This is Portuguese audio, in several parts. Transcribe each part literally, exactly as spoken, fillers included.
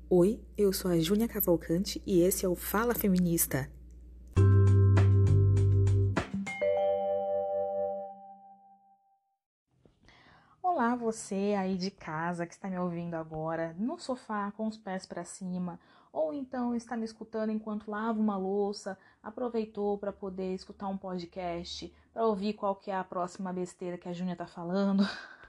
Oi, eu sou a Júnia Cavalcante e esse é o Fala Feminista. Olá, você aí de casa que está me ouvindo agora, no sofá com os pés para cima, ou então está me escutando enquanto lava uma louça, aproveitou para poder escutar um podcast, para ouvir qual que é a próxima besteira que a Júnia tá falando.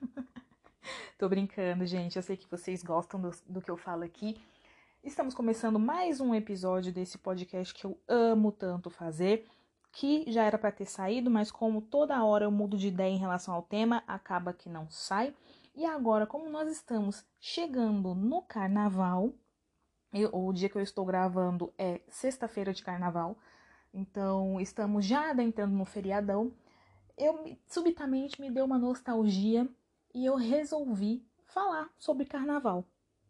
Tô brincando, gente, eu sei que vocês gostam do, do que eu falo aqui. Estamos começando mais um episódio desse podcast que eu amo tanto fazer, que já era para ter saído, mas como toda hora eu mudo de ideia em relação ao tema, acaba que não sai. E agora, como nós estamos chegando no carnaval, eu, o dia que eu estou gravando é sexta-feira de carnaval, então estamos já adentrando no feriadão, eu subitamente me deu uma nostalgia e eu resolvi falar sobre carnaval.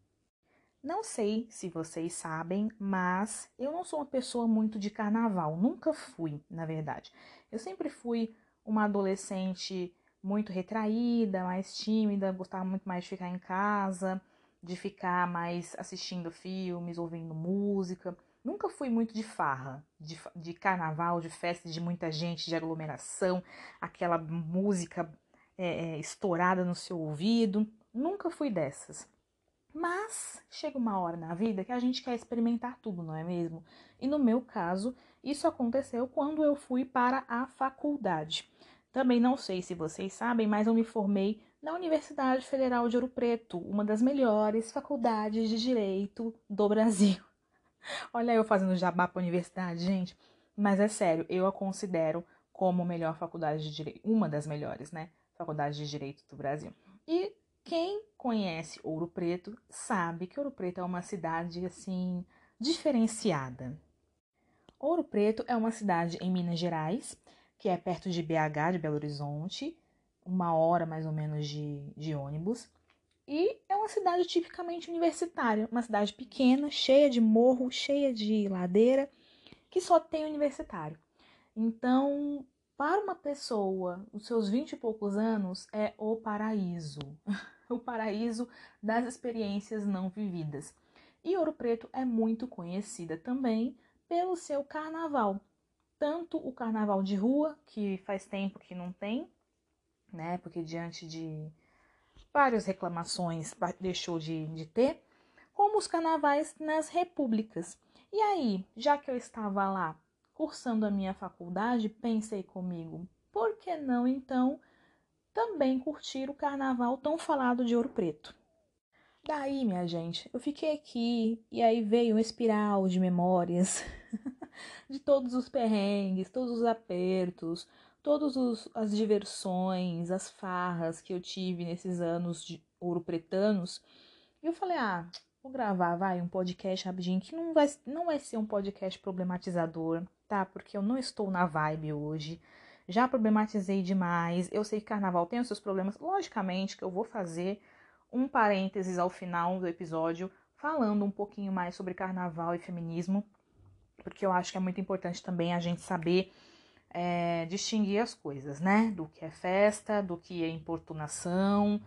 Não sei se vocês sabem, mas eu não sou uma pessoa muito de carnaval. Nunca fui, na verdade. Eu sempre fui uma adolescente muito retraída, mais tímida, gostava muito mais de ficar em casa, de ficar mais assistindo filmes, ouvindo música. Nunca fui muito de farra, de, de carnaval, de festa de muita gente, de aglomeração, aquela música é, é, estourada no seu ouvido. Nunca fui dessas. Mas chega uma hora na vida que a gente quer experimentar tudo, não é mesmo? E no meu caso, isso aconteceu quando eu fui para a faculdade. Também não sei se vocês sabem, mas eu me formei na Universidade Federal de Ouro Preto, uma das melhores faculdades de direito do Brasil. Olha eu fazendo jabá para a universidade, gente. Mas é sério, eu a considero como a melhor faculdade de direito, uma das melhores, né? Faculdades de direito do Brasil. E quem conhece Ouro Preto sabe que Ouro Preto é uma cidade, assim, diferenciada. Ouro Preto é uma cidade em Minas Gerais, que é perto de B H, de Belo Horizonte, uma hora mais ou menos de, de ônibus. E é uma cidade tipicamente universitária, uma cidade pequena, cheia de morro, cheia de ladeira, que só tem universitário. Então, para uma pessoa, os seus vinte e poucos anos, é o paraíso. O paraíso das experiências não vividas. E Ouro Preto é muito conhecida também pelo seu carnaval. Tanto o carnaval de rua, que faz tempo que não tem, né? Porque diante de várias reclamações deixou de, de ter, como os carnavais nas repúblicas. E aí, já que eu estava lá cursando a minha faculdade, pensei comigo, por que não então também curtir o carnaval tão falado de Ouro Preto? Daí, minha gente, eu fiquei aqui e aí veio uma espiral de memórias de todos os perrengues, todos os apertos, todas as diversões, as farras que eu tive nesses anos de ouropretanos. E eu falei, ah, vou gravar, vai, um podcast rapidinho, que não vai, não vai ser um podcast problematizador, tá? Porque eu não estou na vibe hoje. Já problematizei demais. Eu sei que carnaval tem os seus problemas. Logicamente que eu vou fazer um parênteses ao final do episódio, falando um pouquinho mais sobre carnaval e feminismo, porque eu acho que é muito importante também a gente saber é, distinguir as coisas, né? Do que é festa, do que é importunação.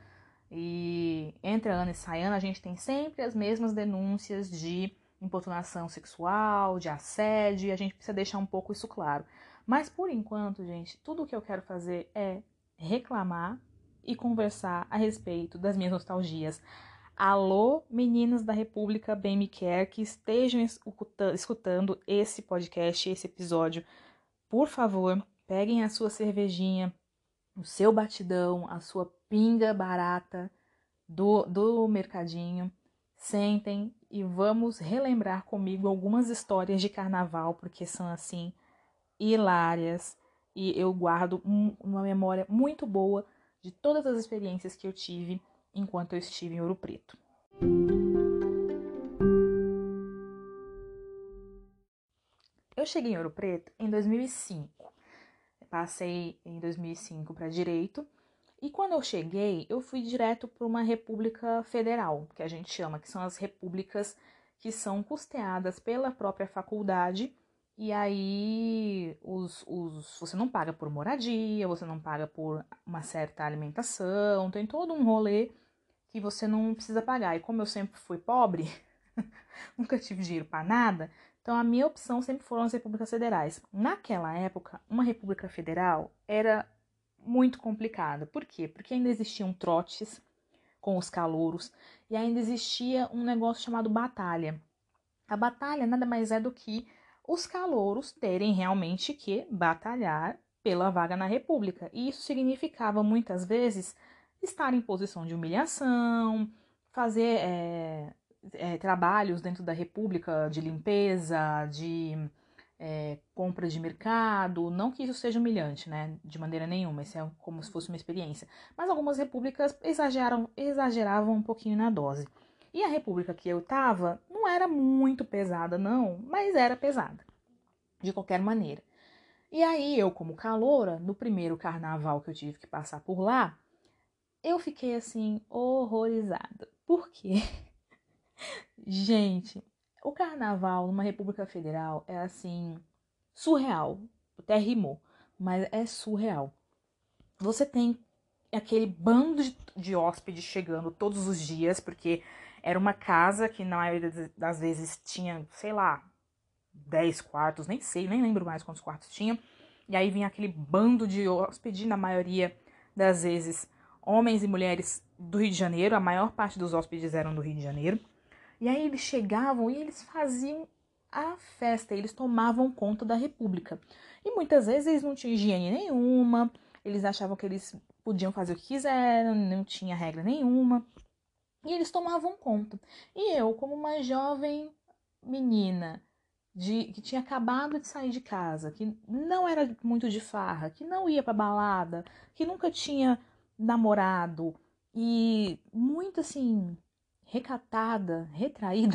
E entre a Ana e Sayana, a gente tem sempre as mesmas denúncias de importunação sexual, de assédio, e a gente precisa deixar um pouco isso claro. Mas por enquanto, gente, tudo o que eu quero fazer é reclamar e conversar a respeito das minhas nostalgias. Alô, meninas da República, bem me quer, que estejam escutando esse podcast, esse episódio. Por favor, peguem a sua cervejinha, o seu batidão, a sua pinga barata do, do mercadinho, sentem e vamos relembrar comigo algumas histórias de carnaval, porque são assim hilárias e eu guardo um, uma memória muito boa de todas as experiências que eu tive enquanto eu estive em Ouro Preto. Eu cheguei em Ouro Preto em dois mil e cinco. Passei em dois mil e cinco para Direito. E quando eu cheguei, eu fui direto para uma república federal, que a gente chama, que são as repúblicas que são custeadas pela própria faculdade. E aí os, os, você não paga por moradia, você não paga por uma certa alimentação, tem todo um rolê que você não precisa pagar. E como eu sempre fui pobre, nunca tive dinheiro para nada. Então, a minha opção sempre foram as repúblicas federais. Naquela época, uma república federal era muito complicada. Por quê? Porque ainda existiam trotes com os calouros e ainda existia um negócio chamado batalha. A batalha nada mais é do que os calouros terem realmente que batalhar pela vaga na república. E isso significava, muitas vezes, estar em posição de humilhação, fazer é, é, trabalhos dentro da república de limpeza, de é, compra de mercado. Não que isso seja humilhante, né? De maneira nenhuma, isso é como se fosse uma experiência. Mas algumas repúblicas exageraram, exageravam um pouquinho na dose. E a república que eu tava não era muito pesada, não, mas era pesada, de qualquer maneira. E aí, eu, como caloura, no primeiro carnaval que eu tive que passar por lá, eu fiquei, assim, horrorizada. Por quê? Gente, o carnaval numa república federal é, assim, surreal. Até rimou, mas é surreal. Você tem aquele bando de, de hóspedes chegando todos os dias, porque era uma casa que na maioria das vezes tinha, sei lá, dez quartos, nem sei, nem lembro mais quantos quartos tinha. E aí vinha aquele bando de hóspedes, na maioria das vezes homens e mulheres do Rio de Janeiro, a maior parte dos hóspedes eram do Rio de Janeiro. E aí eles chegavam e eles faziam a festa, eles tomavam conta da república. E muitas vezes eles não tinham higiene nenhuma, eles achavam que eles podiam fazer o que quiseram, não tinha regra nenhuma. E eles tomavam conta. E eu, como uma jovem menina de, que tinha acabado de sair de casa, que não era muito de farra, que não ia pra balada, que nunca tinha namorado e muito assim, recatada, retraída.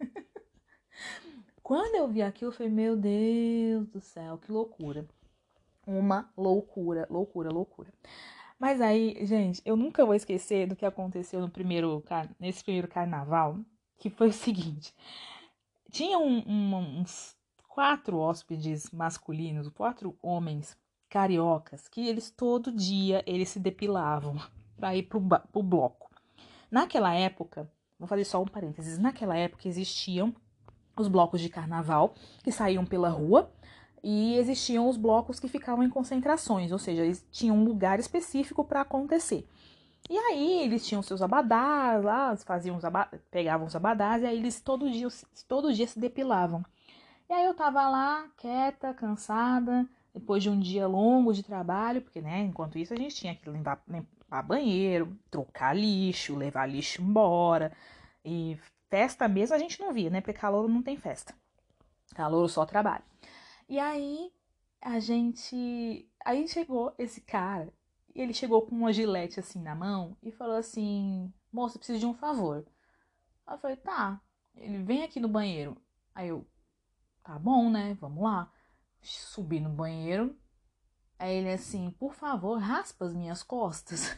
Quando eu vi aquilo, eu falei, meu Deus do céu, que loucura. Uma loucura, loucura, loucura. Mas aí, gente, eu nunca vou esquecer do que aconteceu no primeiro, nesse primeiro carnaval, que foi o seguinte. Tinha um, um, uns quatro hóspedes masculinos, quatro homens cariocas, que eles todo dia eles se depilavam para ir pro, pro bloco. Naquela época, vou fazer só um parênteses, naquela época existiam os blocos de carnaval que saíam pela rua, e existiam os blocos que ficavam em concentrações, ou seja, eles tinham um lugar específico para acontecer. E aí eles tinham seus abadás lá, faziam os abadás, pegavam os abadás, e aí eles todo dia, todo dia se depilavam. E aí eu tava lá, quieta, cansada, depois de um dia longo de trabalho, porque, né, enquanto isso a gente tinha que limpar, limpar banheiro, trocar lixo, levar lixo embora. E festa mesmo a gente não via, né, porque calor não tem festa. Calor só trabalho. E aí, a gente... Aí chegou esse cara, e ele chegou com uma gilete assim na mão e falou assim, moça, eu preciso de um favor. Aí eu falei, tá. Ele, vem aqui no banheiro. Aí eu, tá bom, né, vamos lá. Subi no banheiro. Aí ele assim, por favor, raspa as minhas costas.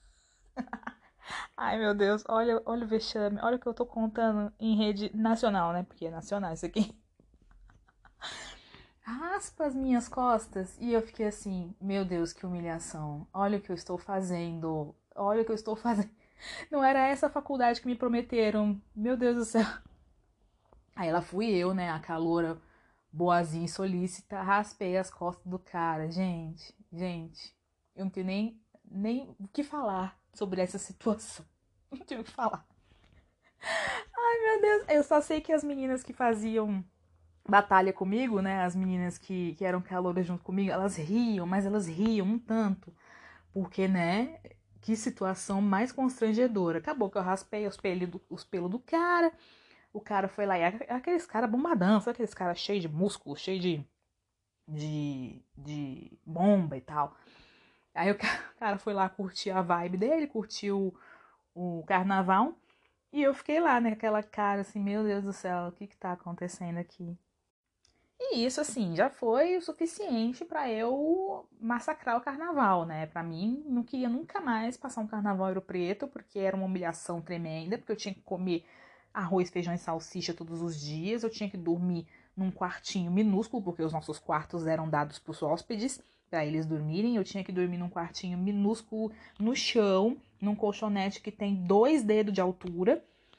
Ai, meu Deus, olha, olha o vexame, olha o que eu tô contando em rede nacional, né, porque é nacional isso aqui. Raspa as minhas costas. E eu fiquei assim, meu Deus, que humilhação. Olha o que eu estou fazendo. Olha o que eu estou fazendo. Não era essa a faculdade que me prometeram. Meu Deus do céu. Aí lá fui eu, né, a caloura boazinha e solícita, raspei as costas do cara. Gente, gente, eu não tenho nem, nem o que falar sobre essa situação. Não tenho o que falar. Ai, meu Deus. Eu só sei que as meninas que faziam batalha comigo, né, as meninas que, que eram calouras junto comigo, elas riam, mas elas riam um tanto, porque, né, que situação mais constrangedora. Acabou que eu raspei os pelos do, os pelos do cara, o cara foi lá, e aqueles caras bombadão, sabe aqueles caras cheios de músculo, cheio de, de, de bomba e tal. Aí o cara foi lá curtir a vibe dele, curtiu o, o carnaval, e eu fiquei lá, né, aquela cara assim, meu Deus do céu, o que que tá acontecendo aqui? E isso, assim, já foi o suficiente pra eu massacrar o carnaval, né? Pra mim, não queria nunca mais passar um carnaval em Ouro Preto, porque era uma humilhação tremenda, porque eu tinha que comer arroz, feijão e salsicha todos os dias, eu tinha que dormir num quartinho minúsculo, porque os nossos quartos eram dados pros hóspedes, pra eles dormirem, eu tinha que dormir num quartinho minúsculo no chão, num colchonete que tem dois dedos de altura.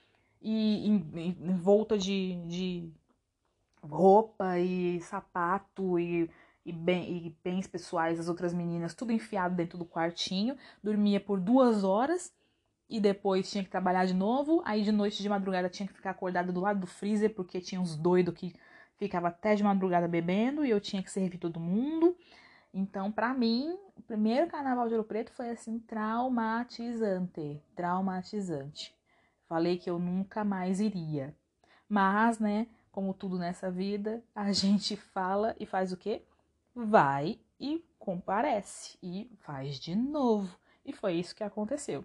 e em, em volta de, de roupa e sapato e, e, bem, e bens pessoais das outras meninas, tudo enfiado dentro do quartinho. Dormia por duas horas e depois tinha que trabalhar de novo. Aí de noite, de madrugada, tinha que ficar acordada do lado do freezer, porque tinha uns doidos que ficava até de madrugada bebendo e eu tinha que servir todo mundo. Então, pra mim, o primeiro carnaval de Ouro Preto foi assim, traumatizante, traumatizante. Falei que eu nunca mais iria. Mas, né, como tudo nessa vida, a gente fala e faz o quê? Vai e comparece e faz de novo. E foi isso que aconteceu.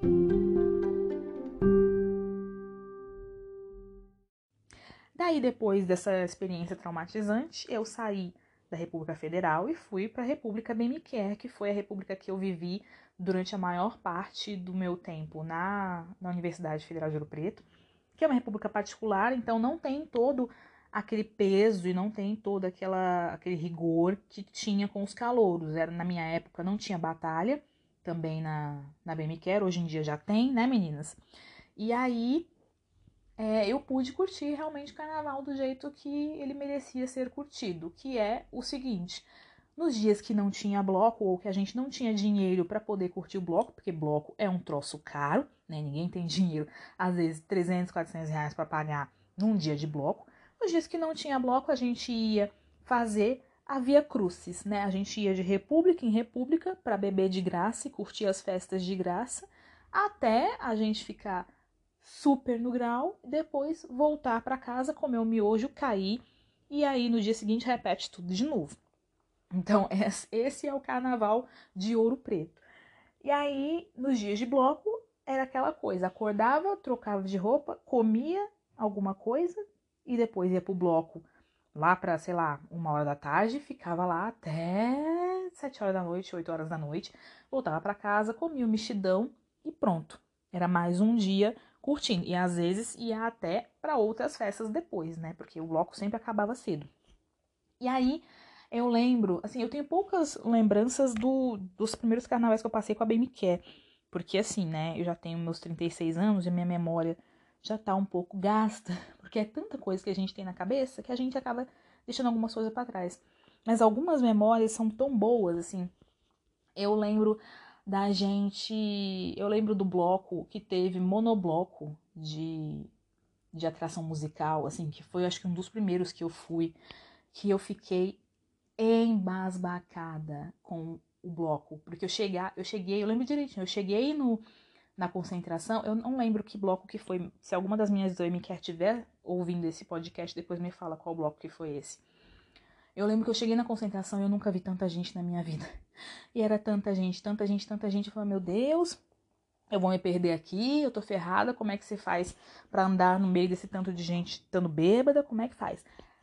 Daí, depois dessa experiência traumatizante, eu saí da República Federal e fui para a República Bem Me Quer, que foi a república que eu vivi durante a maior parte do meu tempo na, na Universidade Federal de Ouro Preto, que é uma república particular, então não tem todo aquele peso e não tem todo aquela, aquele rigor que tinha com os calouros. Era, na minha época não tinha batalha, também na, na Bem Me Quer, hoje em dia já tem, né, meninas? E aí é, eu pude curtir realmente o carnaval do jeito que ele merecia ser curtido, que é o seguinte: nos dias que não tinha bloco ou que a gente não tinha dinheiro para poder curtir o bloco, porque bloco é um troço caro, né? Ninguém tem dinheiro, às vezes trezentos, quatrocentos reais para pagar num dia de bloco. Nos dias que não tinha bloco, a gente ia fazer a Via Crucis, né? A gente ia de república em república para beber de graça e curtir as festas de graça, até a gente ficar super no grau, depois voltar para casa, comer o miojo, cair, e aí no dia seguinte repete tudo de novo. Então, esse é o carnaval de Ouro Preto. E aí, nos dias de bloco, era aquela coisa: acordava, trocava de roupa, comia alguma coisa e depois ia pro bloco lá pra, sei lá, uma hora da tarde, ficava lá até sete horas da noite, oito horas da noite, voltava para casa, comia o mexidão e pronto. Era mais um dia curtindo. E às vezes ia até para outras festas depois, né? Porque o bloco sempre acabava cedo. E aí, eu lembro, assim, eu tenho poucas lembranças do, dos primeiros carnavais que eu passei com a Bem Me Quer. Porque assim, né, eu já tenho meus trinta e seis anos e a minha memória já tá um pouco gasta. Porque é tanta coisa que a gente tem na cabeça que a gente acaba deixando algumas coisas para trás. Mas algumas memórias são tão boas, assim. Eu lembro da gente... Eu lembro do bloco que teve monobloco de, de atração musical, assim, que foi, acho que um dos primeiros que eu fui, que eu fiquei embasbacada com o bloco, porque eu chegar, eu cheguei, eu lembro direitinho, eu cheguei no, na concentração, eu não lembro que bloco que foi, se alguma das minhas dois me quer tiver ouvindo esse podcast, depois me fala qual bloco que foi esse. Eu lembro que eu cheguei na concentração e eu nunca vi tanta gente na minha vida. E era tanta gente, tanta gente, tanta gente, eu falei, meu Deus, eu vou me perder aqui, eu tô ferrada, como é que se faz pra andar no meio desse tanto de gente estando bêbada, como é que faz?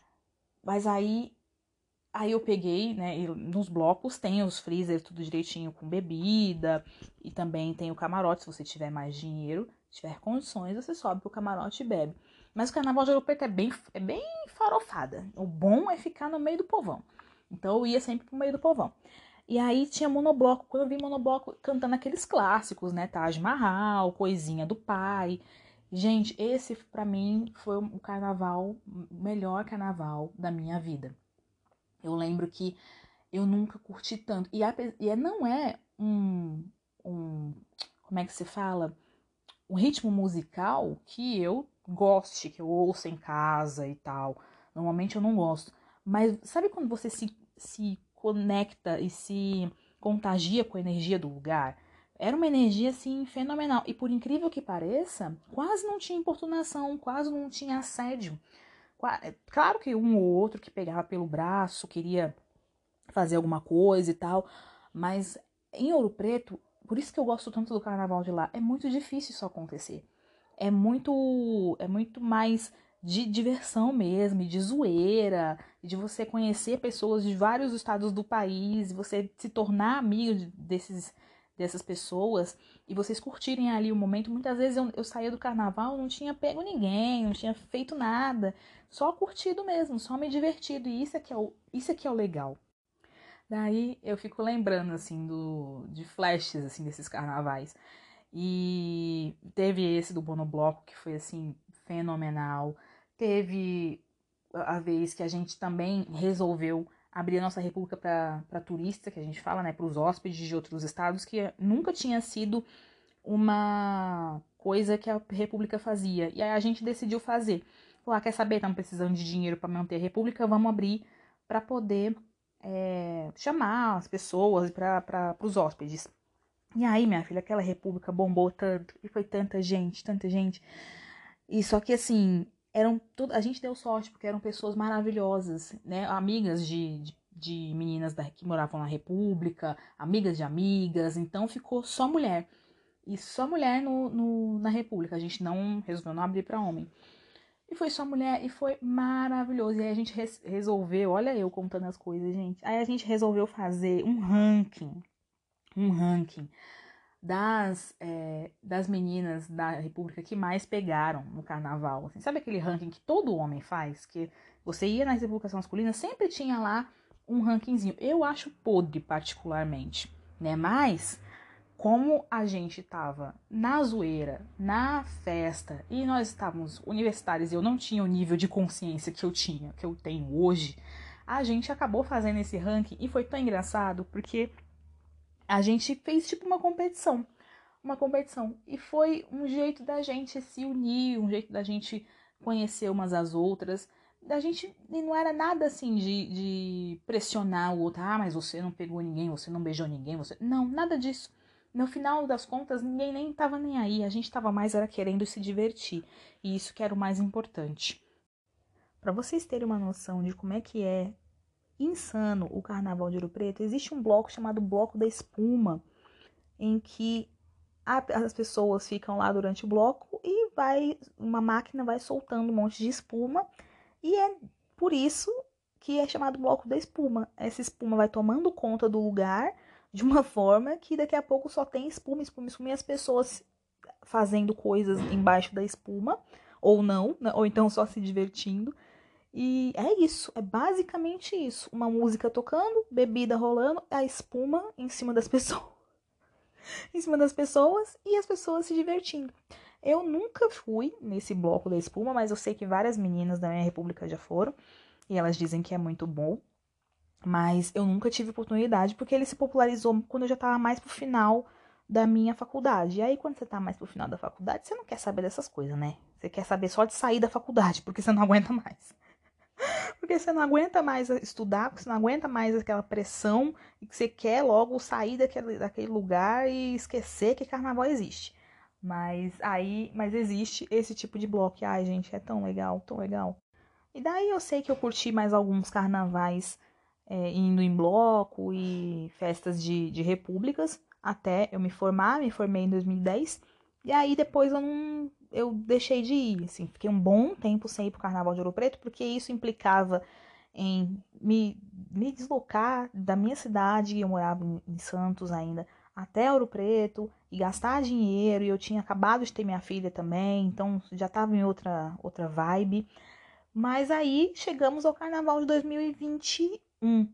Mas aí Aí eu peguei, né, e nos blocos tem os freezer tudo direitinho com bebida, e também tem o camarote, se você tiver mais dinheiro, tiver condições, você sobe pro camarote e bebe. Mas o carnaval de Ouro Preto é bem, é bem farofada. O bom é ficar no meio do povão. Então eu ia sempre pro meio do povão. E aí tinha monobloco, quando eu vi monobloco cantando aqueles clássicos, né, Taj Mahal, Coisinha do Pai. Gente, esse pra mim foi o carnaval, o melhor carnaval da minha vida. Eu lembro que eu nunca curti tanto. E, a, e não é um, um. Como é que se fala? Um ritmo musical que eu goste, que eu ouça em casa e tal. Normalmente eu não gosto. Mas sabe quando você se, se conecta e se contagia com a energia do lugar? Era uma energia, assim, fenomenal. E por incrível que pareça, quase não tinha importunação, quase não tinha assédio. Claro que um ou outro que pegava pelo braço, queria fazer alguma coisa e tal, mas em Ouro Preto, por isso que eu gosto tanto do carnaval de lá, é muito difícil isso acontecer. É muito, é muito mais de diversão mesmo, de zoeira, de você conhecer pessoas de vários estados do país, você se tornar amigo desses, dessas pessoas e vocês curtirem ali o momento. Muitas vezes eu, eu saía do carnaval, não tinha pego ninguém, não tinha feito nada, só curtido mesmo, só me divertido, e isso é que é o, isso é que é o legal. Daí eu fico lembrando, assim, do, de flashes, assim, desses carnavais. E teve esse do Monobloco, que foi, assim, fenomenal. Teve a vez que a gente também resolveu abrir a nossa república para turista, que a gente fala, né, para os hóspedes de outros estados, que nunca tinha sido uma coisa que a república fazia. E aí a gente decidiu fazer. Falou, ah, quer saber, estamos precisando de dinheiro para manter a república, vamos abrir para poder é, chamar as pessoas para os hóspedes. E aí, minha filha, aquela república bombou tanto, e foi tanta gente, tanta gente. E só que assim, eram tudo, a gente deu sorte, porque eram pessoas maravilhosas, né? Amigas de, de, de meninas da, que moravam na república, amigas de amigas, então ficou só mulher. E só mulher no, no, na república, a gente não resolveu não abrir para homem. E foi só mulher e foi maravilhoso. E aí a gente res, resolveu, olha eu contando as coisas, gente. Aí a gente resolveu fazer um ranking, um ranking das, é, das meninas da República que mais pegaram no carnaval. Assim, sabe aquele ranking que todo homem faz? Que você ia nas repúblicas masculinas, sempre tinha lá um rankingzinho. Eu acho podre, particularmente, né? Mas como a gente tava na zoeira, na festa, e nós estávamos universitários e eu não tinha o nível de consciência que eu tinha, que eu tenho hoje, a gente acabou fazendo esse ranking e foi tão engraçado porque a gente fez tipo uma competição, uma competição, e foi um jeito da gente se unir, um jeito da gente conhecer umas às outras, da gente, e não era nada assim de, de pressionar o outro, ah, mas você não pegou ninguém, você não beijou ninguém, você, não, nada disso. No final das contas, ninguém nem tava nem aí, a gente tava mais era querendo se divertir, e isso que era o mais importante. Para vocês terem uma noção de como é que é insano o Carnaval de Ouro Preto, existe um bloco chamado Bloco da Espuma, em que a, as pessoas ficam lá durante o bloco e vai uma máquina vai soltando um monte de espuma, e é por isso que é chamado Bloco da Espuma. Essa espuma vai tomando conta do lugar de uma forma que daqui a pouco só tem espuma, espuma, espuma, e as pessoas fazendo coisas embaixo da espuma, ou não, ou então só se divertindo. E é isso, é basicamente isso. Uma música tocando, bebida rolando, a espuma em cima das pessoas. em cima das pessoas e as pessoas se divertindo. Eu nunca fui nesse bloco da espuma, mas eu sei que várias meninas da minha república já foram, e elas dizem que é muito bom. Mas eu nunca tive oportunidade, porque ele se popularizou quando eu já estava mais pro final da minha faculdade. E aí, quando você tá mais pro final da faculdade, você não quer saber dessas coisas, né? Você quer saber só de sair da faculdade, porque você não aguenta mais. Porque você não aguenta mais estudar, porque você não aguenta mais aquela pressão, e que você quer logo sair daquele, daquele lugar e esquecer que carnaval existe. Mas aí, mas existe esse tipo de bloco. E, ai, gente, é tão legal, tão legal. E daí eu sei que eu curti mais alguns carnavais é, indo em bloco e festas de, de repúblicas, até eu me formar, me formei em dois mil e dez, e aí depois eu não, eu deixei de ir, assim, fiquei um bom tempo sem ir pro Carnaval de Ouro Preto, porque isso implicava em me, me deslocar da minha cidade, eu morava em, em Santos ainda, até Ouro Preto, e gastar dinheiro, e eu tinha acabado de ter minha filha também, então já estava em outra, outra vibe. Mas aí chegamos ao Carnaval de dois mil e vinte e um.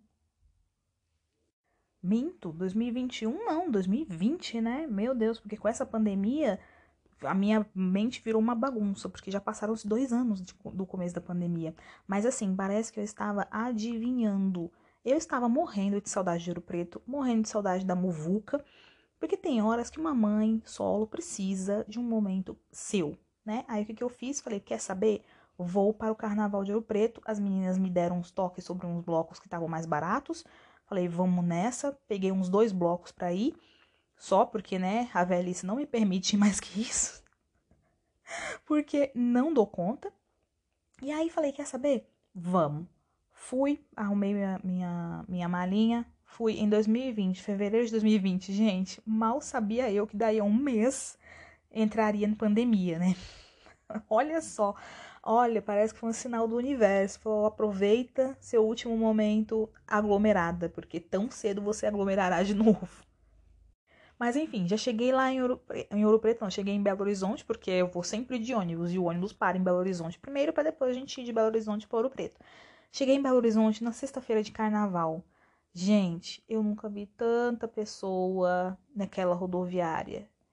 Minto, dois mil e vinte e um não, dois mil e vinte, né? Meu Deus, porque com essa pandemia a minha mente virou uma bagunça, porque já passaram os dois anos de, do começo da pandemia. Mas assim, parece que eu estava adivinhando. Eu estava morrendo de saudade de Ouro Preto, morrendo de saudade da muvuca, porque tem horas que uma mãe solo precisa de um momento seu, né? Aí o que, que eu fiz? Falei, quer saber? Vou para o Carnaval de Ouro Preto. As meninas me deram uns toques sobre uns blocos que estavam mais baratos. Falei, vamos nessa. Peguei uns dois blocos para ir. Só porque, né, a velhice não me permite mais que isso. Porque não dou conta. E aí falei, quer saber? Vamos. Fui, arrumei minha, minha, minha malinha. Fui em dois mil e vinte, fevereiro de dois mil e vinte. Gente, mal sabia eu que daí a um mês entraria em pandemia, né? Olha só. Olha, parece que foi um sinal do universo. Falou, aproveita seu último momento aglomerada, porque tão cedo você aglomerará de novo. Mas enfim, já cheguei lá em Ouro, em Ouro Preto, não, cheguei em Belo Horizonte, porque eu vou sempre de ônibus, e o ônibus para em Belo Horizonte primeiro, para depois a gente ir de Belo Horizonte para Ouro Preto. Cheguei em Belo Horizonte na sexta-feira de carnaval. Gente, eu nunca vi tanta pessoa naquela rodoviária.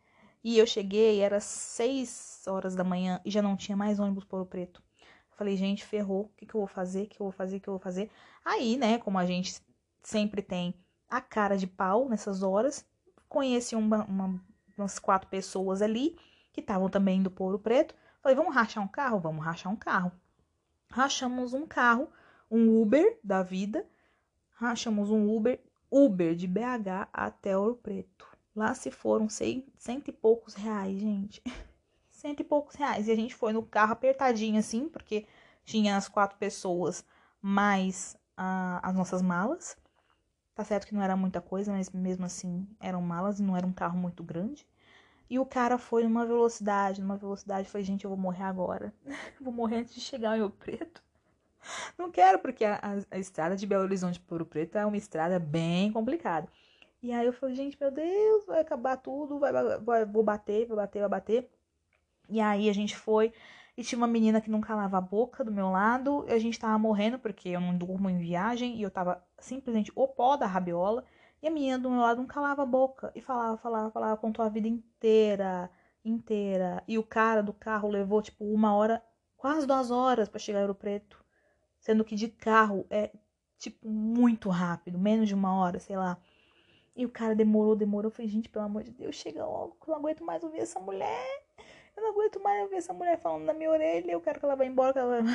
E eu cheguei, era seis horas da manhã e já não tinha mais ônibus para Ouro Preto. Eu falei, gente, ferrou, o que, que eu vou fazer, o que eu vou fazer, o que eu vou fazer? Aí, né, como a gente sempre tem a cara de pau nessas horas, conheci uma, uma, umas quatro pessoas ali, que estavam também indo para Ouro Preto. Falei, vamos rachar um carro? Vamos rachar um carro. Rachamos um carro, um Uber da vida, rachamos um Uber, Uber de B H até Ouro Preto. Lá se foram cem, cento e poucos reais, gente. Cento e poucos reais. E a gente foi no carro apertadinho assim, porque tinha as quatro pessoas mais ah, as nossas malas. Tá certo que não era muita coisa, mas mesmo assim eram malas e não era um carro muito grande. E o cara foi numa velocidade, numa velocidade, foi, gente, eu vou morrer agora. Vou morrer antes de chegar em Ouro Preto. Não quero, porque a, a, a estrada de Belo Horizonte para Ouro Preto é uma estrada bem complicada. E aí eu falei, gente, meu Deus, vai acabar tudo, vai, vai, vou bater, vou bater, vai bater. E aí a gente foi e tinha uma menina que não calava a boca do meu lado. E a gente tava morrendo, porque eu não durmo em viagem, e eu tava simplesmente o pó da rabiola. E a menina do meu lado não calava a boca. E falava, falava, falava, contou a vida inteira, inteira. E o cara do carro levou, tipo, uma hora, quase duas horas pra chegar em Ouro Preto. Sendo que de carro é, tipo, muito rápido, menos de uma hora, sei lá. E o cara demorou, demorou. Eu falei, gente, pelo amor de Deus, chega logo, que eu não aguento mais ouvir essa mulher. Eu não aguento mais ouvir essa mulher falando na minha orelha. Eu quero que ela vá embora, que ela...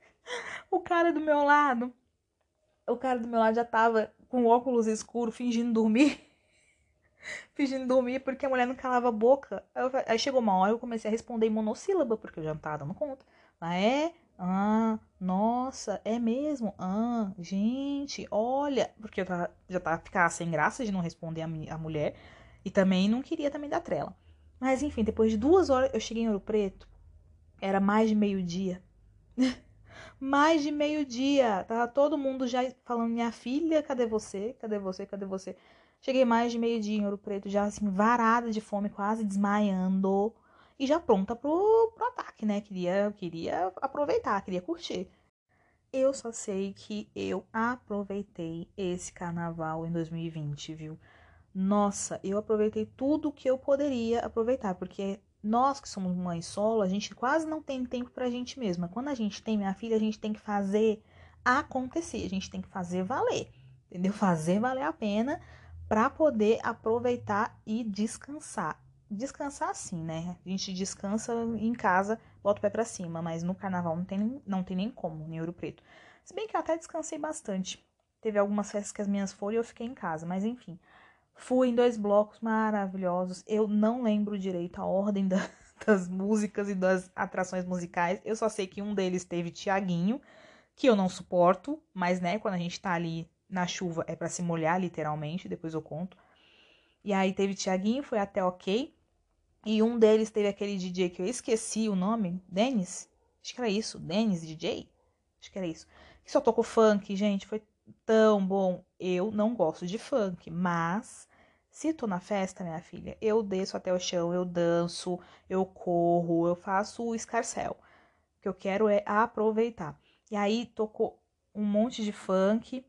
O cara do meu lado, o cara do meu lado já tava com óculos escuros, fingindo dormir. fingindo dormir, porque a mulher não calava a boca. Aí, eu... Aí chegou uma hora, eu comecei a responder em monossílaba, porque eu já não tava dando conta. Ah, é? Ah, nossa, é mesmo? Ah, gente, olha. Porque eu tava, já tava ficando sem graça de não responder a, a mulher. E também não queria também dar trela. Mas enfim, depois de duas horas eu cheguei em Ouro Preto. Era mais de meio-dia. mais de meio-dia. Tava todo mundo já falando, minha filha, cadê você? Cadê você? Cadê você? Cheguei mais de meio-dia em Ouro Preto, já assim, varada de fome, quase desmaiando. E já pronta pro, pro ataque, né? Queria, queria aproveitar, queria curtir. Eu só sei que eu aproveitei esse carnaval em dois mil e vinte, viu? Nossa, eu aproveitei tudo que eu poderia aproveitar, porque nós que somos mãe solo, a gente quase não tem tempo pra gente mesma. Quando a gente tem minha filha, a gente tem que fazer acontecer, a gente tem que fazer valer, entendeu? Fazer valer a pena pra poder aproveitar e descansar. Descansar sim, né? A gente descansa em casa, bota o pé pra cima, mas no carnaval não tem, não tem nem como, em Ouro Preto. Se bem que eu até descansei bastante. Teve algumas festas que as minhas foram e eu fiquei em casa, mas enfim. Fui em dois blocos maravilhosos. Eu não lembro direito a ordem da, das músicas e das atrações musicais. Eu só sei que um deles teve Tiaguinho, que eu não suporto, mas né, quando a gente tá ali na chuva é pra se molhar, literalmente, depois eu conto. E aí teve Tiaguinho, foi até ok. E um deles teve aquele D J que eu esqueci o nome, Dennis. Acho que era isso, Dennis D J. Acho que era isso. Que só tocou funk, gente, foi tão bom. Eu não gosto de funk, mas se tô na festa, minha filha, eu desço até o chão, eu danço, eu corro, eu faço o escarcel. O que eu quero é aproveitar. E aí tocou um monte de funk,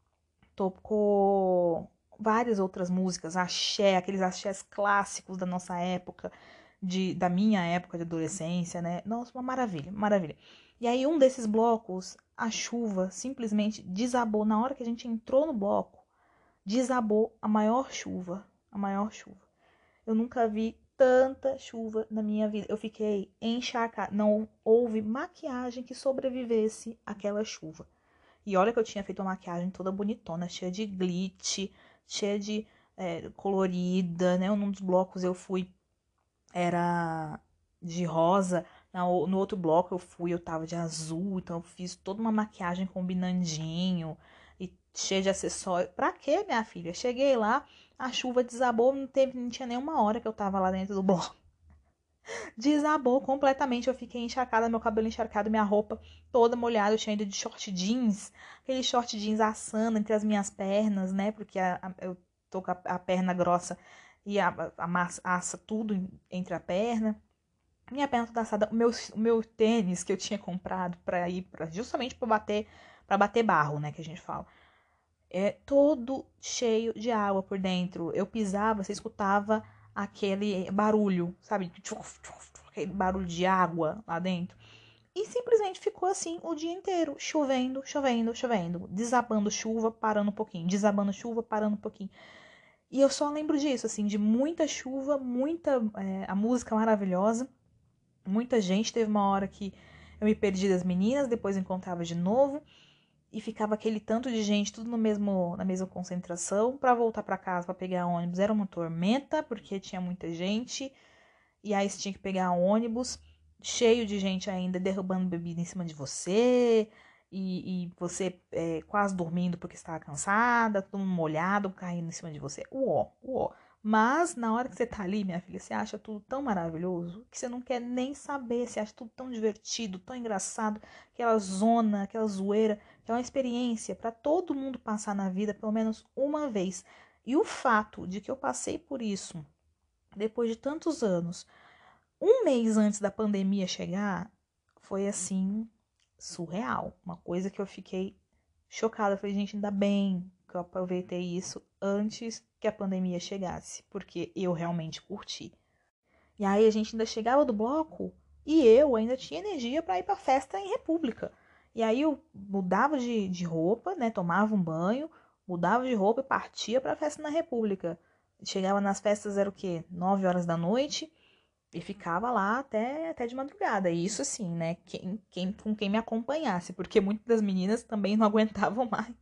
tocou várias outras músicas, axé, aqueles axés clássicos da nossa época, de, da minha época de adolescência, né? Nossa, uma maravilha, maravilha. E aí um desses blocos, a chuva simplesmente desabou. Na hora que a gente entrou no bloco, desabou a maior chuva, a maior chuva. Eu nunca vi tanta chuva na minha vida. Eu fiquei encharcada. Não houve maquiagem que sobrevivesse àquela chuva. E olha que eu tinha feito uma maquiagem toda bonitona, cheia de glitch, cheia de é, colorida, né? Num dos blocos eu fui, era de rosa. No outro bloco eu fui, eu tava de azul. Então eu fiz toda uma maquiagem combinandinho e cheia de acessórios. Pra quê, minha filha? Cheguei lá, a chuva desabou, não, teve, não tinha nenhuma hora que eu tava lá dentro do bloco. Desabou completamente, eu fiquei encharcada, meu cabelo encharcado, minha roupa toda molhada, eu tinha ido de short jeans, aquele short jeans assando entre as minhas pernas, né, porque a, a, eu tô com a, a perna grossa e a, a massa, assa tudo entre a perna, minha perna toda assada, o meu, o meu tênis que eu tinha comprado pra ir, pra, justamente pra bater, pra bater barro, né, que a gente fala, é todo cheio de água por dentro, eu pisava, você escutava aquele barulho, sabe? Aquele barulho de água lá dentro. E simplesmente ficou assim o dia inteiro, chovendo, chovendo, chovendo, desabando chuva, parando um pouquinho, desabando chuva, parando um pouquinho. E eu só lembro disso, assim, de muita chuva, muita, é, a música maravilhosa, muita gente. Teve uma hora que eu me perdi das meninas, depois encontrava de novo, e ficava aquele tanto de gente, tudo no mesmo, na mesma concentração. Para voltar para casa, para pegar ônibus, era uma tormenta, porque tinha muita gente, e aí você tinha que pegar ônibus cheio de gente ainda derrubando bebida em cima de você, e, e você é, quase dormindo porque estava cansada, todo mundo molhado, caindo em cima de você. Uó, uó. Mas na hora que você tá ali, minha filha, você acha tudo tão maravilhoso que você não quer nem saber, você acha tudo tão divertido, tão engraçado, aquela zona, aquela zoeira, que é uma experiência para todo mundo passar na vida pelo menos uma vez. E o fato de que eu passei por isso depois de tantos anos, um mês antes da pandemia chegar, foi assim, surreal. Uma coisa que eu fiquei chocada. Falei, gente, ainda bem que eu aproveitei isso antes que a pandemia chegasse, porque eu realmente curti. E aí a gente ainda chegava do bloco e eu ainda tinha energia para ir para festa em República. E aí eu mudava de, de roupa, né? Tomava um banho, mudava de roupa e partia para a festa na República. Chegava nas festas, era o quê? Nove horas da noite. E ficava lá até, até de madrugada. E isso assim, né? Quem, quem, com quem me acompanhasse. Porque muitas das meninas também não aguentavam mais.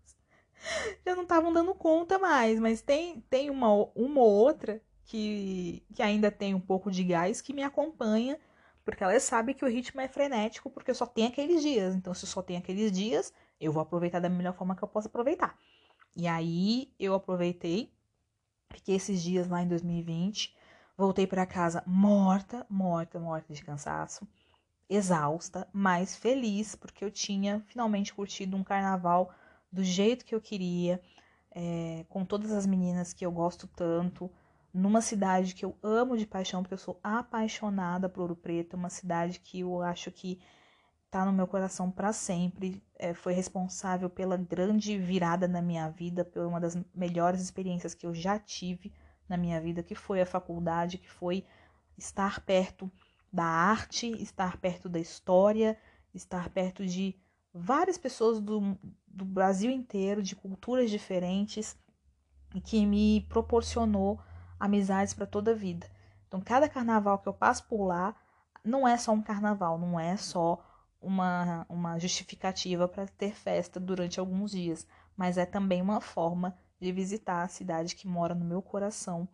Já não estavam dando conta mais. Mas tem, tem uma, uma ou outra que, que ainda tem um pouco de gás que me acompanha. Porque elas sabem que o ritmo é frenético. Porque só tem aqueles dias. Então, se só tem aqueles dias, eu vou aproveitar da melhor forma que eu posso aproveitar. E aí, eu aproveitei. Fiquei esses dias lá em dois mil e vinte. Voltei para casa morta, morta, morta de cansaço, exausta, mas feliz porque eu tinha finalmente curtido um carnaval do jeito que eu queria, é, com todas as meninas que eu gosto tanto, numa cidade que eu amo de paixão, porque eu sou apaixonada por Ouro Preto, uma cidade que eu acho que tá no meu coração para sempre, é, foi responsável pela grande virada na minha vida, pela uma das melhores experiências que eu já tive na minha vida, que foi a faculdade, que foi estar perto da arte, estar perto da história, estar perto de várias pessoas do, do Brasil inteiro, de culturas diferentes, e que me proporcionou amizades para toda a vida. Então, cada carnaval que eu passo por lá, não é só um carnaval, não é só uma, uma justificativa para ter festa durante alguns dias, mas é também uma forma de visitar a cidade que mora no meu coração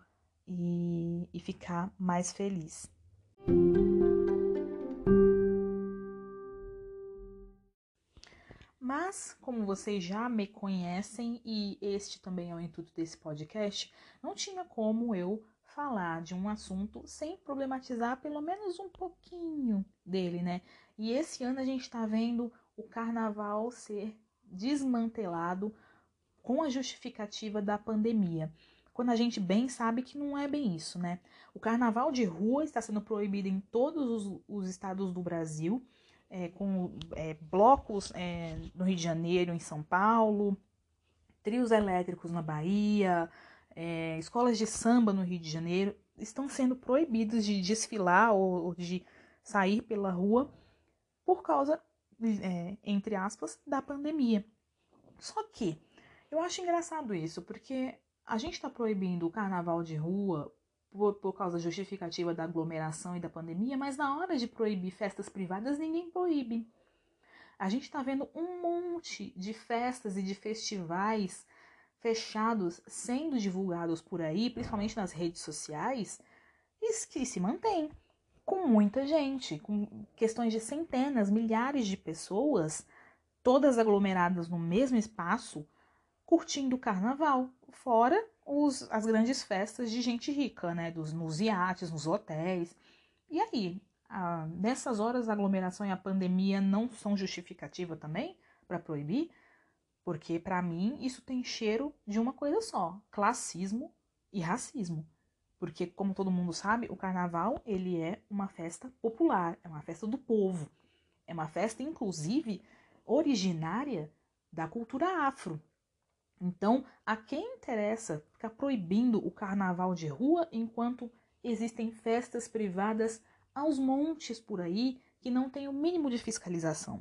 e, e ficar mais feliz. Mas, como vocês já me conhecem, e este também é o intuito desse podcast, não tinha como eu falar de um assunto sem problematizar pelo menos um pouquinho dele, né? E esse ano a gente está vendo o carnaval ser desmantelado com a justificativa da pandemia, quando a gente bem sabe que não é bem isso, né? O carnaval de rua está sendo proibido em todos os, os estados do Brasil, é, com é, blocos é, no Rio de Janeiro, em São Paulo, trios elétricos na Bahia, é, escolas de samba no Rio de Janeiro, estão sendo proibidos de desfilar ou, ou de sair pela rua por causa, é, entre aspas, da pandemia. Só que eu acho engraçado isso, porque a gente está proibindo o carnaval de rua por, por causa justificativa da aglomeração e da pandemia, mas na hora de proibir festas privadas, ninguém proíbe. A gente está vendo um monte de festas e de festivais fechados sendo divulgados por aí, principalmente nas redes sociais, e que se mantém com muita gente, com questões de centenas, milhares de pessoas, todas aglomeradas no mesmo espaço, curtindo o carnaval, fora os, as grandes festas de gente rica, né? Dos, nos iates, nos hotéis. E aí, a, nessas horas a aglomeração e a pandemia não são justificativa também para proibir? Porque, para mim, isso tem cheiro de uma coisa só, classismo e racismo. Porque, como todo mundo sabe, o carnaval ele é uma festa popular, é uma festa do povo. É uma festa, inclusive, originária da cultura afro. Então, a quem interessa ficar proibindo o carnaval de rua enquanto existem festas privadas aos montes por aí que não tem o mínimo de fiscalização.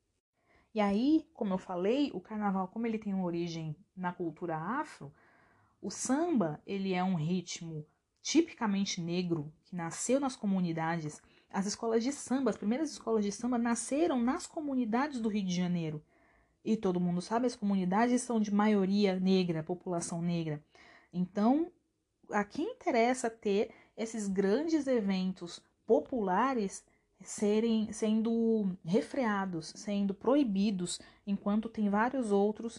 E aí, como eu falei, o carnaval, como ele tem uma origem na cultura afro, o samba, ele é um ritmo tipicamente negro, que nasceu nas comunidades. As escolas de samba, as primeiras escolas de samba nasceram nas comunidades do Rio de Janeiro. E todo mundo sabe, as comunidades são de maioria negra, população negra. Então, a quem interessa ter esses grandes eventos populares serem sendo refreados, sendo proibidos, enquanto tem vários outros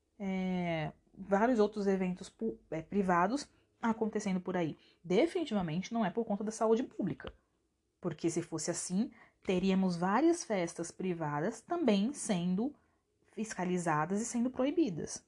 é, vários outros eventos é, privados acontecendo por aí. Definitivamente não é por conta da saúde pública, porque se fosse assim, teríamos várias festas privadas também sendo fiscalizadas e sendo proibidas.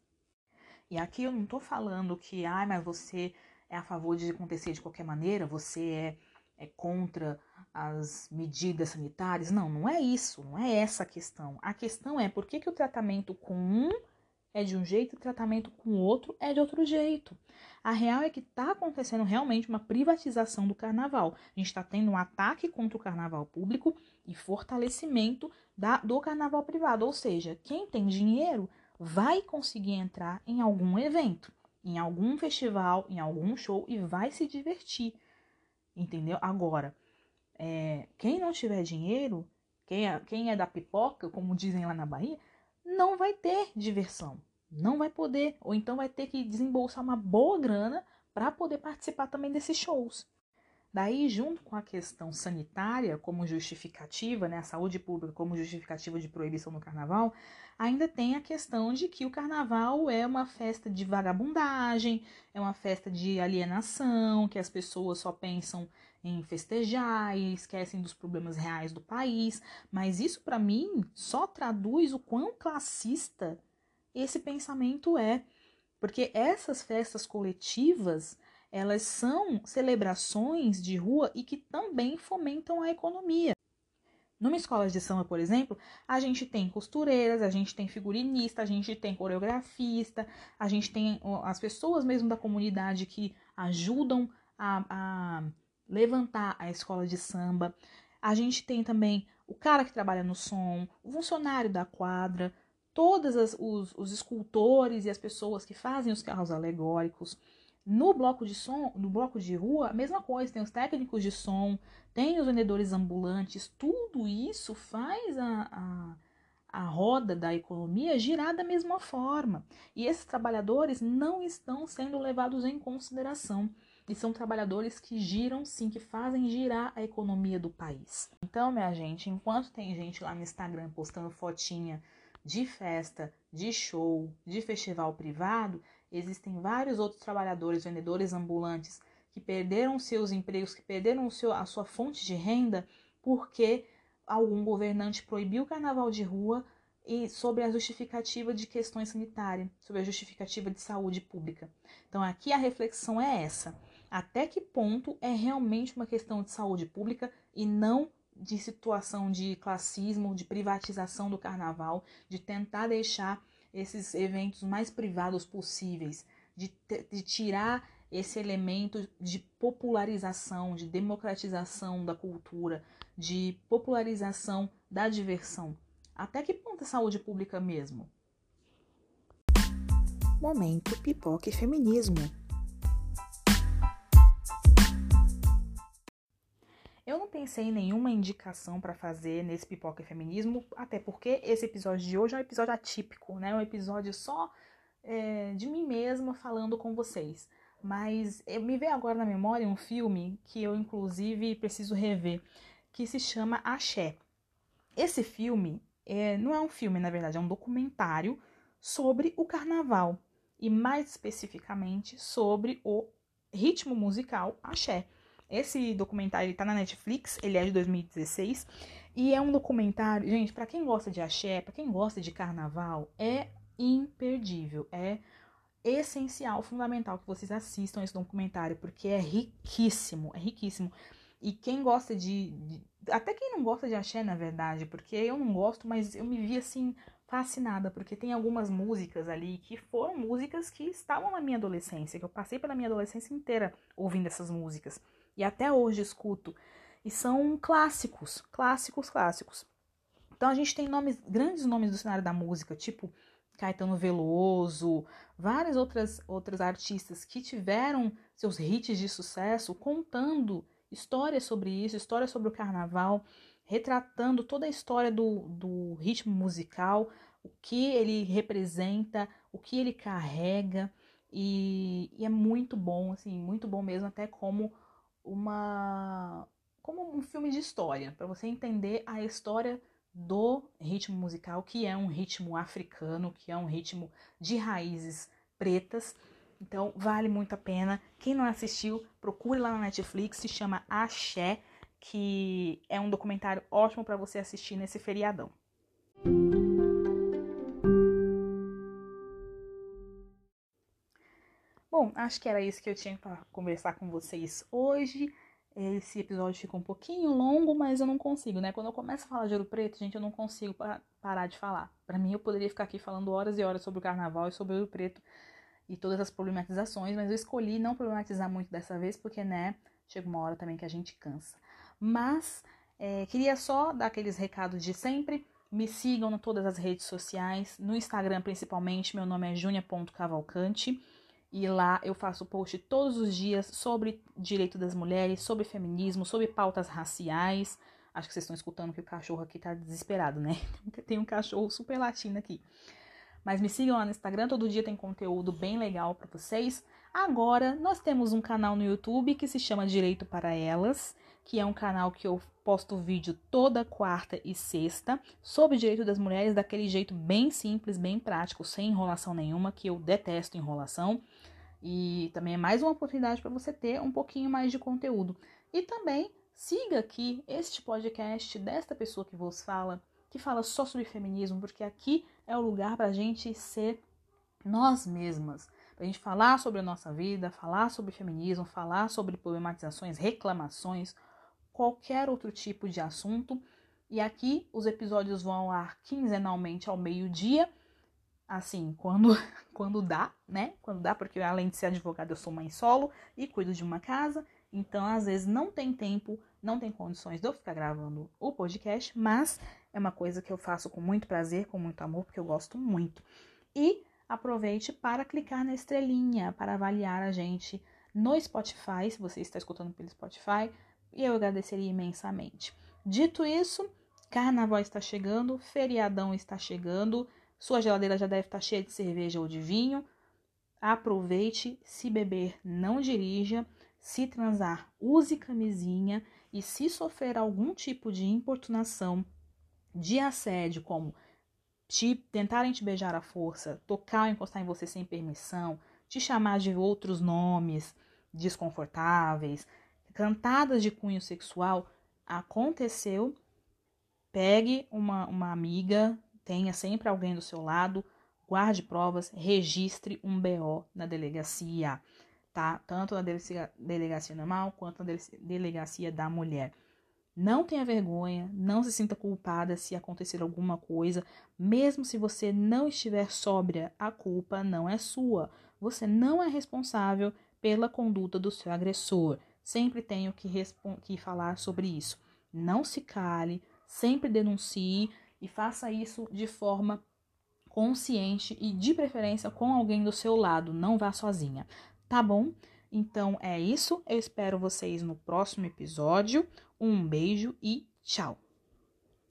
E aqui eu não estou falando que, ah, mas você é a favor de acontecer de qualquer maneira, você é, é contra as medidas sanitárias. Não, não é isso, não é essa a questão. A questão é por que, que o tratamento com um é de um jeito e o tratamento com o outro é de outro jeito. A real é que está acontecendo realmente uma privatização do carnaval. A gente está tendo um ataque contra o carnaval público e fortalecimento da, do carnaval privado. Ou seja, quem tem dinheiro vai conseguir entrar em algum evento, em algum festival, em algum show e vai se divertir. Entendeu? Agora, é, quem não tiver dinheiro, quem é, quem é da pipoca, como dizem lá na Bahia, não vai ter diversão, não vai poder, ou então vai ter que desembolsar uma boa grana para poder participar também desses shows. Daí, junto com a questão sanitária como justificativa, né, a saúde pública como justificativa de proibição do carnaval, ainda tem a questão de que o carnaval é uma festa de vagabundagem, é uma festa de alienação, que as pessoas só pensam em festejar e esquecem dos problemas reais do país. Mas isso, para mim, só traduz o quão classista esse pensamento é. Porque essas festas coletivas, elas são celebrações de rua e que também fomentam a economia. Numa escola de samba, por exemplo, a gente tem costureiras, a gente tem figurinista, a gente tem coreografista, a gente tem as pessoas mesmo da comunidade que ajudam a, a levantar a escola de samba. A gente tem também o cara que trabalha no som, o funcionário da quadra, todos as, os, os escultores e as pessoas que fazem os carros alegóricos. No bloco de som, no bloco de rua, a mesma coisa, tem os técnicos de som, tem os vendedores ambulantes, tudo isso faz a, a, a roda da economia girar da mesma forma. E esses trabalhadores não estão sendo levados em consideração. E são trabalhadores que giram sim, que fazem girar a economia do país. Então, minha gente, enquanto tem gente lá no Instagram postando fotinha de festa, de show, de festival privado, existem vários outros trabalhadores, vendedores ambulantes, que perderam seus empregos, que perderam o seu, a sua fonte de renda, porque algum governante proibiu o carnaval de rua e sob a justificativa de questões sanitárias, sob a justificativa de saúde pública. Então aqui a reflexão é essa. Até que ponto é realmente uma questão de saúde pública e não de situação de classismo, de privatização do carnaval, de tentar deixar esses eventos mais privados possíveis, de, de tirar esse elemento de popularização, de democratização da cultura, de popularização da diversão. Até que ponto é saúde pública mesmo? Momento Pipoca e Feminismo. Eu não pensei em nenhuma indicação para fazer nesse Pipoca e Feminismo, até porque esse episódio de hoje é um episódio atípico, né? Um episódio só é, de mim mesma falando com vocês. Mas me veio agora na memória um filme que eu, inclusive, preciso rever, que se chama Axé. Esse filme é, não é um filme, na verdade, é um documentário sobre o carnaval. E mais especificamente sobre o ritmo musical axé. Esse documentário está na Netflix, ele é de dois mil e dezesseis. E é um documentário, gente, para quem gosta de axé, para quem gosta de carnaval, é imperdível, é essencial, fundamental que vocês assistam esse documentário, porque é riquíssimo, é riquíssimo. E quem gosta de, de... Até quem não gosta de axé, na verdade, porque eu não gosto, mas eu me vi, assim, fascinada, porque tem algumas músicas ali que foram músicas que estavam na minha adolescência, que eu passei pela minha adolescência inteira ouvindo essas músicas. e até hoje escuto. E são clássicos, clássicos, clássicos. Então a gente tem nomes, grandes nomes do cenário da música, tipo Caetano Veloso, várias outras, outras artistas que tiveram seus hits de sucesso contando histórias sobre isso, histórias sobre o carnaval, retratando toda a história do, do ritmo musical, o que ele representa, o que ele carrega, e, e é muito bom, assim, muito bom mesmo, até como uma como um filme de história, para você entender a história do ritmo musical, que é um ritmo africano, que é um ritmo de raízes pretas. Então, vale muito a pena. Quem não assistiu, procure lá na Netflix, se chama Axé, que é um documentário ótimo para você assistir nesse feriadão. Bom, acho que era isso que eu tinha para conversar com vocês hoje. Esse episódio ficou um pouquinho longo, mas eu não consigo, né? Quando eu começo a falar de Ouro Preto, gente, eu não consigo parar de falar. Para mim, eu poderia ficar aqui falando horas e horas sobre o carnaval e sobre Ouro Preto e todas as problematizações, mas eu escolhi não problematizar muito dessa vez, porque, né, chega uma hora também que a gente cansa. Mas, é, queria só dar aqueles recados de sempre. Me sigam em todas as redes sociais, no Instagram principalmente, meu nome é junia ponto cavalcante. E lá eu faço post todos os dias sobre direito das mulheres, sobre feminismo, sobre pautas raciais. Acho que vocês estão escutando que o cachorro aqui tá desesperado, né? Tem um cachorro super latino aqui. Mas me sigam lá no Instagram, todo dia tem conteúdo bem legal para vocês. Agora, nós temos um canal no YouTube que se chama Direito para Elas, que é um canal que eu posto vídeo toda quarta e sexta sobre direito das mulheres, daquele jeito bem simples, bem prático, sem enrolação nenhuma, que eu detesto enrolação. E também é mais uma oportunidade para você ter um pouquinho mais de conteúdo. E também siga aqui este podcast desta pessoa que vos fala, que fala só sobre feminismo, porque aqui é o lugar para a gente ser nós mesmas, para a gente falar sobre a nossa vida, falar sobre feminismo, falar sobre problematizações, reclamações, qualquer outro tipo de assunto. E aqui os episódios vão ao ar quinzenalmente ao meio-dia, assim, quando, quando dá, né? Quando dá, porque além de ser advogada, eu sou mãe solo e cuido de uma casa. Então, às vezes, não tem tempo, não tem condições de eu ficar gravando o podcast, mas é uma coisa que eu faço com muito prazer, com muito amor, porque eu gosto muito. E aproveite para clicar na estrelinha, para avaliar a gente no Spotify, se você está escutando pelo Spotify, e eu agradeceria imensamente. Dito isso, carnaval está chegando, feriadão está chegando, sua geladeira já deve estar cheia de cerveja ou de vinho. Aproveite, se beber, não dirija. Se transar, use camisinha. E se sofrer algum tipo de importunação, de assédio, como te, tentarem te beijar à força, tocar ou encostar em você sem permissão, te chamar de outros nomes desconfortáveis, cantadas de cunho sexual, aconteceu, pegue uma, uma amiga, tenha sempre alguém do seu lado, guarde provas, registre um B O na delegacia, tá? Tanto na delegacia, delegacia normal quanto na delegacia da mulher. Não tenha vergonha, não se sinta culpada se acontecer alguma coisa, mesmo se você não estiver sóbria, a culpa não é sua. Você não é responsável pela conduta do seu agressor. Sempre tenho que, que falar sobre isso. Não se cale, sempre denuncie e faça isso de forma consciente e de preferência com alguém do seu lado, não vá sozinha, tá bom? Então é isso, eu espero vocês no próximo episódio, um beijo e tchau!